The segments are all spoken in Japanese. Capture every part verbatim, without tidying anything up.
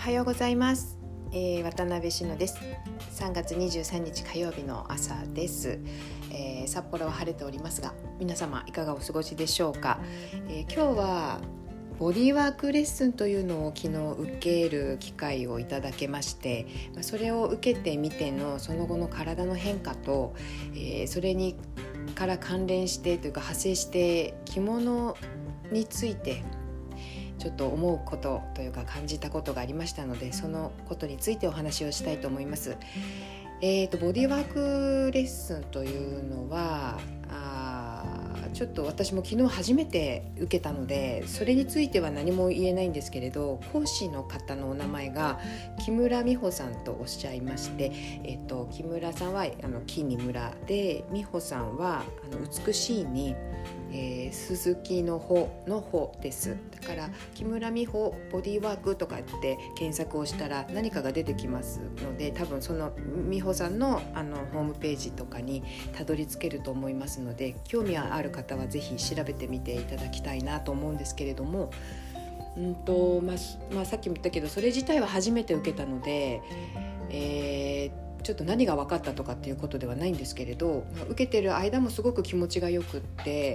はようございます、えー、渡辺志乃です。さんがつにじゅうさんにち火曜日の朝です、えー、札幌は晴れておりますが、皆様いかがお過ごしでしょうか。えー、今日はボディワークレッスンというのを昨日受ける機会をいただけまして、それを受けてみてのその後の体の変化と、えー、それにから関連してというか派生して着物についてちょっと思うことというか感じたことがありましたので、そのことについてお話をしたいと思います。えーと、ボディワークレッスンというのはあちょっと私も昨日初めて受けたので、それについては何も言えないんですけれど、講師の方のお名前が木村美穂さんとおっしゃいまして、えーと、木村さんはあの木に村で、美穂さんはあの美しいにえー、鈴木の穂の穂です。だから木村美穂ボディワークとかって検索をしたら何かが出てきますので、多分その美穂さん の, あのホームページとかにたどり着けると思いますので、興味ある方はぜひ調べてみていただきたいなと思うんですけれども、うんとまあまあ、さっきも言ったけどそれ自体は初めて受けたので、えーちょっと何が分かったとかっていうことではないんですけれど、受けてる間もすごく気持ちがよくって、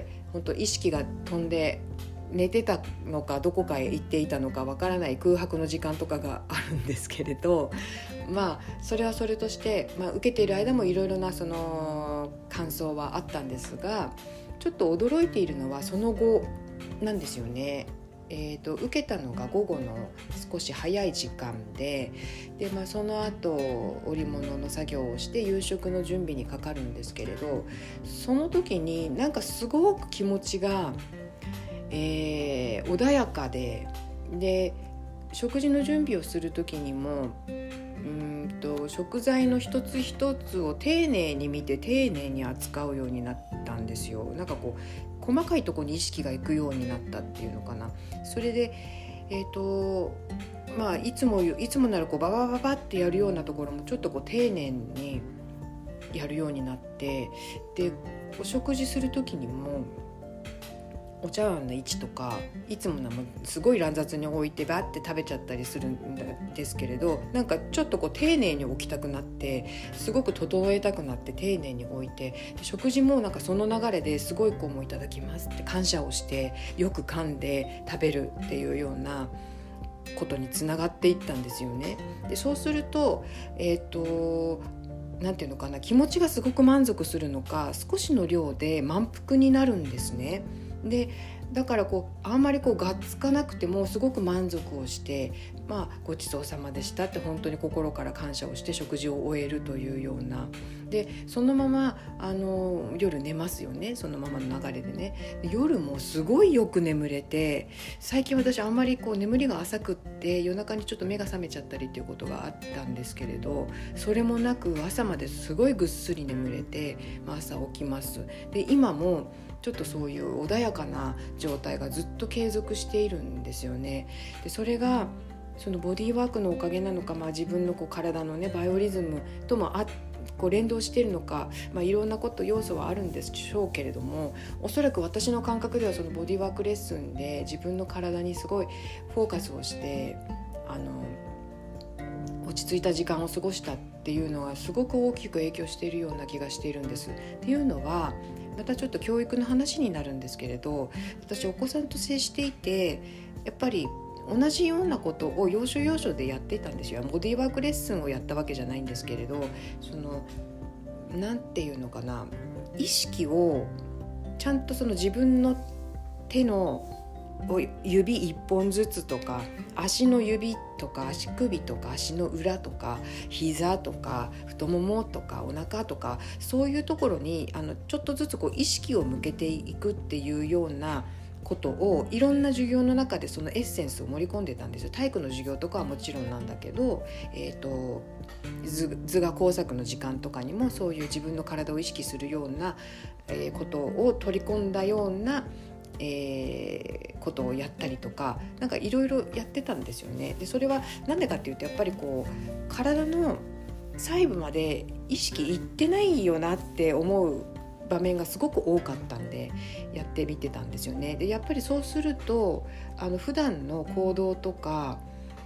本当意識が飛んで寝てたのかどこかへ行っていたのか分からない空白の時間とかがあるんですけれど、まあそれはそれとして、まあ、受けている間もいろいろなその感想はあったんですが、ちょっと驚いているのはその後なんですよね。えーと、受けたのが午後の少し早い時間で、で、まあ、その後織物の作業をして夕食の準備にかかるんですけれど、その時になんかすごく気持ちが、えー、穏やかで、で食事の準備をする時にもうんと食材の一つ一つを丁寧に見て丁寧に扱うようになったんですよ。なんかこう細かいところに意識がいくようになったっていうのかな。それで、えーとまあ、いつもいつもならこうババババってやるようなところもちょっとこう丁寧にやるようになって、でお食事する時にもお茶碗の位置とかいつものもすごい乱雑に置いてバッて食べちゃったりするんですけれど、なんかちょっとこう丁寧に置きたくなって、すごく整えたくなって丁寧に置いて、食事もなんかその流れですごいこうもいただきますって感謝をしてよく噛んで食べるっていうようなことにつながっていったんですよね。でそうするとえっとなんていうのかな、気持ちがすごく満足するのか、少しの量で満腹になるんですね。でだからこうあんまりこうがっつかなくてもすごく満足をして、まあ、ごちそうさまでしたって本当に心から感謝をして食事を終えるというような、でそのままあの夜寝ますよね。そのままの流れでね、で夜もすごいよく眠れて、最近私あんまりこう眠りが浅くって夜中にちょっと目が覚めちゃったりっていうことがあったんですけれど、それもなく朝まですごいぐっすり眠れて、まあ、朝起きます。で今もちょっとそういう穏やかな状態がずっと継続しているんですよね。でそれがそのボディワークのおかげなのか、まあ、自分のこう体のねバイオリズムともあこう連動しているのか、まあ、いろんなこと要素はあるんでしょうけれども、おそらく私の感覚ではそのボディワークレッスンで自分の体にすごいフォーカスをしてあの落ち着いた時間を過ごしたっていうのはすごく大きく影響しているような気がしているんです。っていうのはまたちょっと教育の話になるんですけれど、私お子さんと接していてやっぱり同じようなことを要所要所でやっていたんですよ。ボディワークレッスンをやったわけじゃないんですけれど、そのなんていうのかな、意識をちゃんとその自分の手の指一本ずつとか足の指とか足首とか足の裏とか膝とか太ももとかお腹とか、そういうところにあのちょっとずつこう意識を向けていくっていうようなことをいろんな授業の中でそのエッセンスを盛り込んでたんですよ。体育の授業とかはもちろんなんだけど、えーと、図, 図画工作の時間とかにもそういう自分の体を意識するような、えー、ことを取り込んだようなえー、ことをやったりとか、なんかいろいろやってたんですよね。でそれはなんでかっていうと、やっぱりこう体の細部まで意識いってないよなって思う場面がすごく多かったんでやってみてたんですよね。でやっぱりそうするとあの普段の行動とか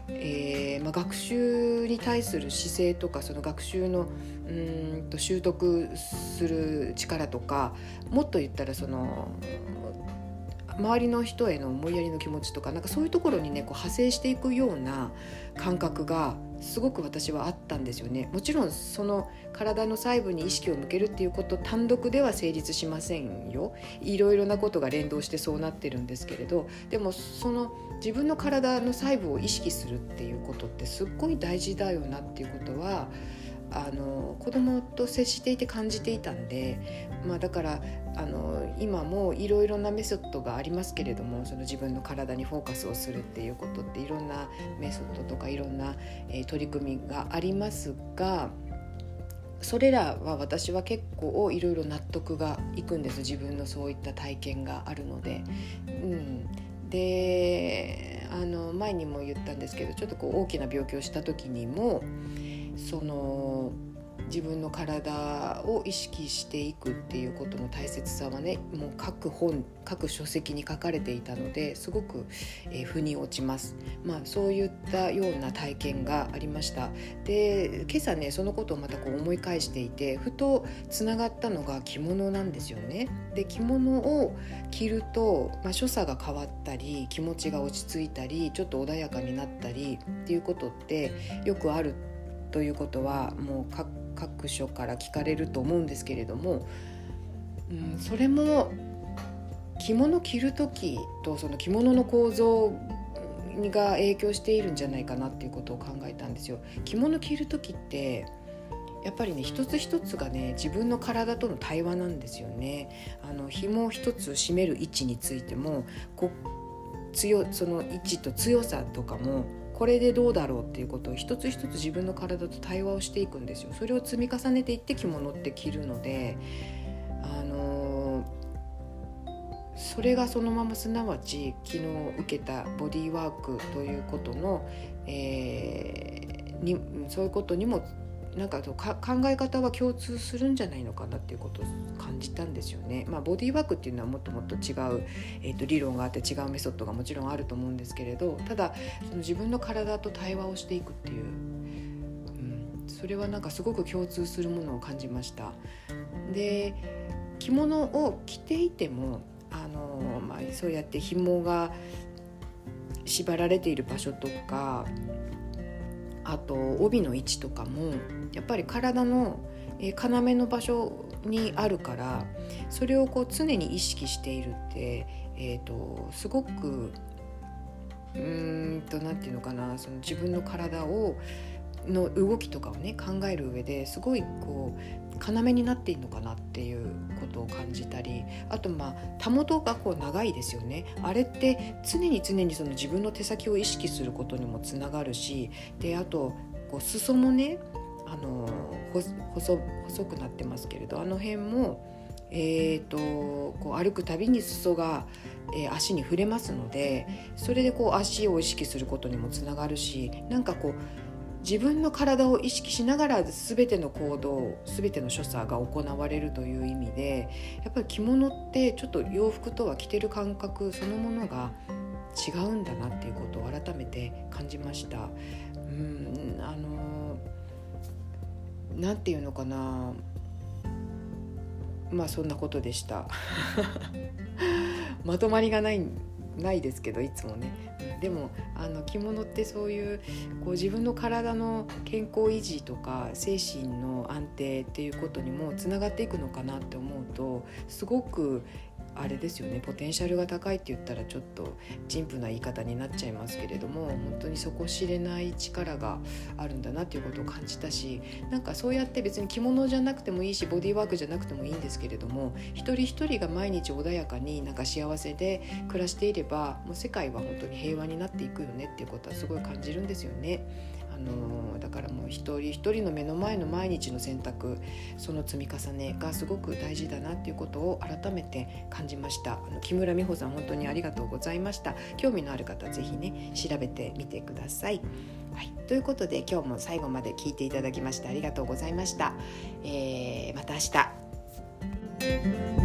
えーまあ、学習に対する姿勢とか、その学習のうーんと習得する力とか、もっと言ったらその周りの人への思いやりの気持ちとか、なんかそういうところにねこう派生していくような感覚がすごく私はあったんですよね。もちろんその体の細部に意識を向けるっていうこと単独では成立しませんよ。いろいろなことが連動してそうなってるんですけれど、でもその自分の体の細部を意識するっていうことってすっごい大事だよなっていうことは、あの子供と接していて感じていたんで、まあ、だからあの今もいろいろなメソッドがありますけれども、その自分の体にフォーカスをするっていうことっていろんなメソッドとかいろんな、えー、取り組みがありますが、それらは私は結構いろいろ納得がいくんです。自分のそういった体験があるので、うん、であの前にも言ったんですけど、ちょっとこう大きな病気をした時にもその自分の体を意識していくっていうことの大切さはね、もう各本各書籍に書かれていたので、すごく、えー、腑に落ちます。まあそういったような体験がありました。で今朝ねそのことをまたこう思い返していて、ふとつながったのが着物なんですよね。で着物を着ると、まあ、所作が変わったり気持ちが落ち着いたりちょっと穏やかになったりっていうことってよくあるということはもう 各, 各所から聞かれると思うんですけれども、うん、それも着物着るときとその着物の構造が影響しているんじゃないかなっていうことを考えたんですよ。着物着るときってやっぱりね一つ一つがね自分の体との対話なんですよね。あの紐一つ締める位置についてもこ強その位置と強さとかもこれでどうだろうっていうことを一つ一つ自分の体と対話をしていくんですよ。それを積み重ねていって着物って着るので、あのー、それがそのまますなわち昨日受けたボディーワークということの、えー、にそういうことにもなんかか考え方は共通するんじゃないのかなっていうことを感じたんですよね。まあ、ボディーワークっていうのはもっともっと違う、えーと、理論があって違うメソッドがもちろんあると思うんですけれど、ただその自分の体と対話をしていくっていう、うん、それはなんかすごく共通するものを感じました。で着物を着ていてもあの、まあ、そうやって紐が縛られている場所とか、あと帯の位置とかもやっぱり体の要の場所にあるから、それをこう常に意識しているって、えーと、すごくうーんとなんていうのかな、その自分の体をの動きとかをね考える上ですごいこう要になっているのかなっていうことを感じたり、あとまあたもとがこう長いですよね。あれって常に常にその自分の手先を意識することにもつながるし、であとこう裾もねあの 細, 細くなってますけれど、あの辺もえーとこう歩くたびに裾が、えー、足に触れますので、それでこう足を意識することにもつながるし、なんかこう自分の体を意識しながら全ての行動全ての所作が行われるという意味で、やっぱり着物ってちょっと洋服とは着てる感覚そのものが違うんだなっていうことを改めて感じました。うんあのなんていうのかな、まあそんなことでしたまとまりがないないですけどいつもね。でもあの着物ってそういう、こう自分の体の健康維持とか精神の安定っていうことにもつながっていくのかなって思うと、すごくあれですよね、ポテンシャルが高いって言ったらちょっと陳腐な言い方になっちゃいますけれども、本当に底知れない力があるんだなっていうことを感じたし、なんかそうやって別に着物じゃなくてもいいしボディーワークじゃなくてもいいんですけれども、一人一人が毎日穏やかになんか幸せで暮らしていれば、もう世界は本当に平和になっていくよねっていうことはすごい感じるんですよね。あのだからもう一人一人の目の前の毎日の選択、その積み重ねがすごく大事だなっていうことを改めて感じました。あの木村美穂さん本当にありがとうございました。興味のある方はぜひね調べてみてください。はい、ということで今日も最後まで聞いていただきましてありがとうございました。えー、また明日。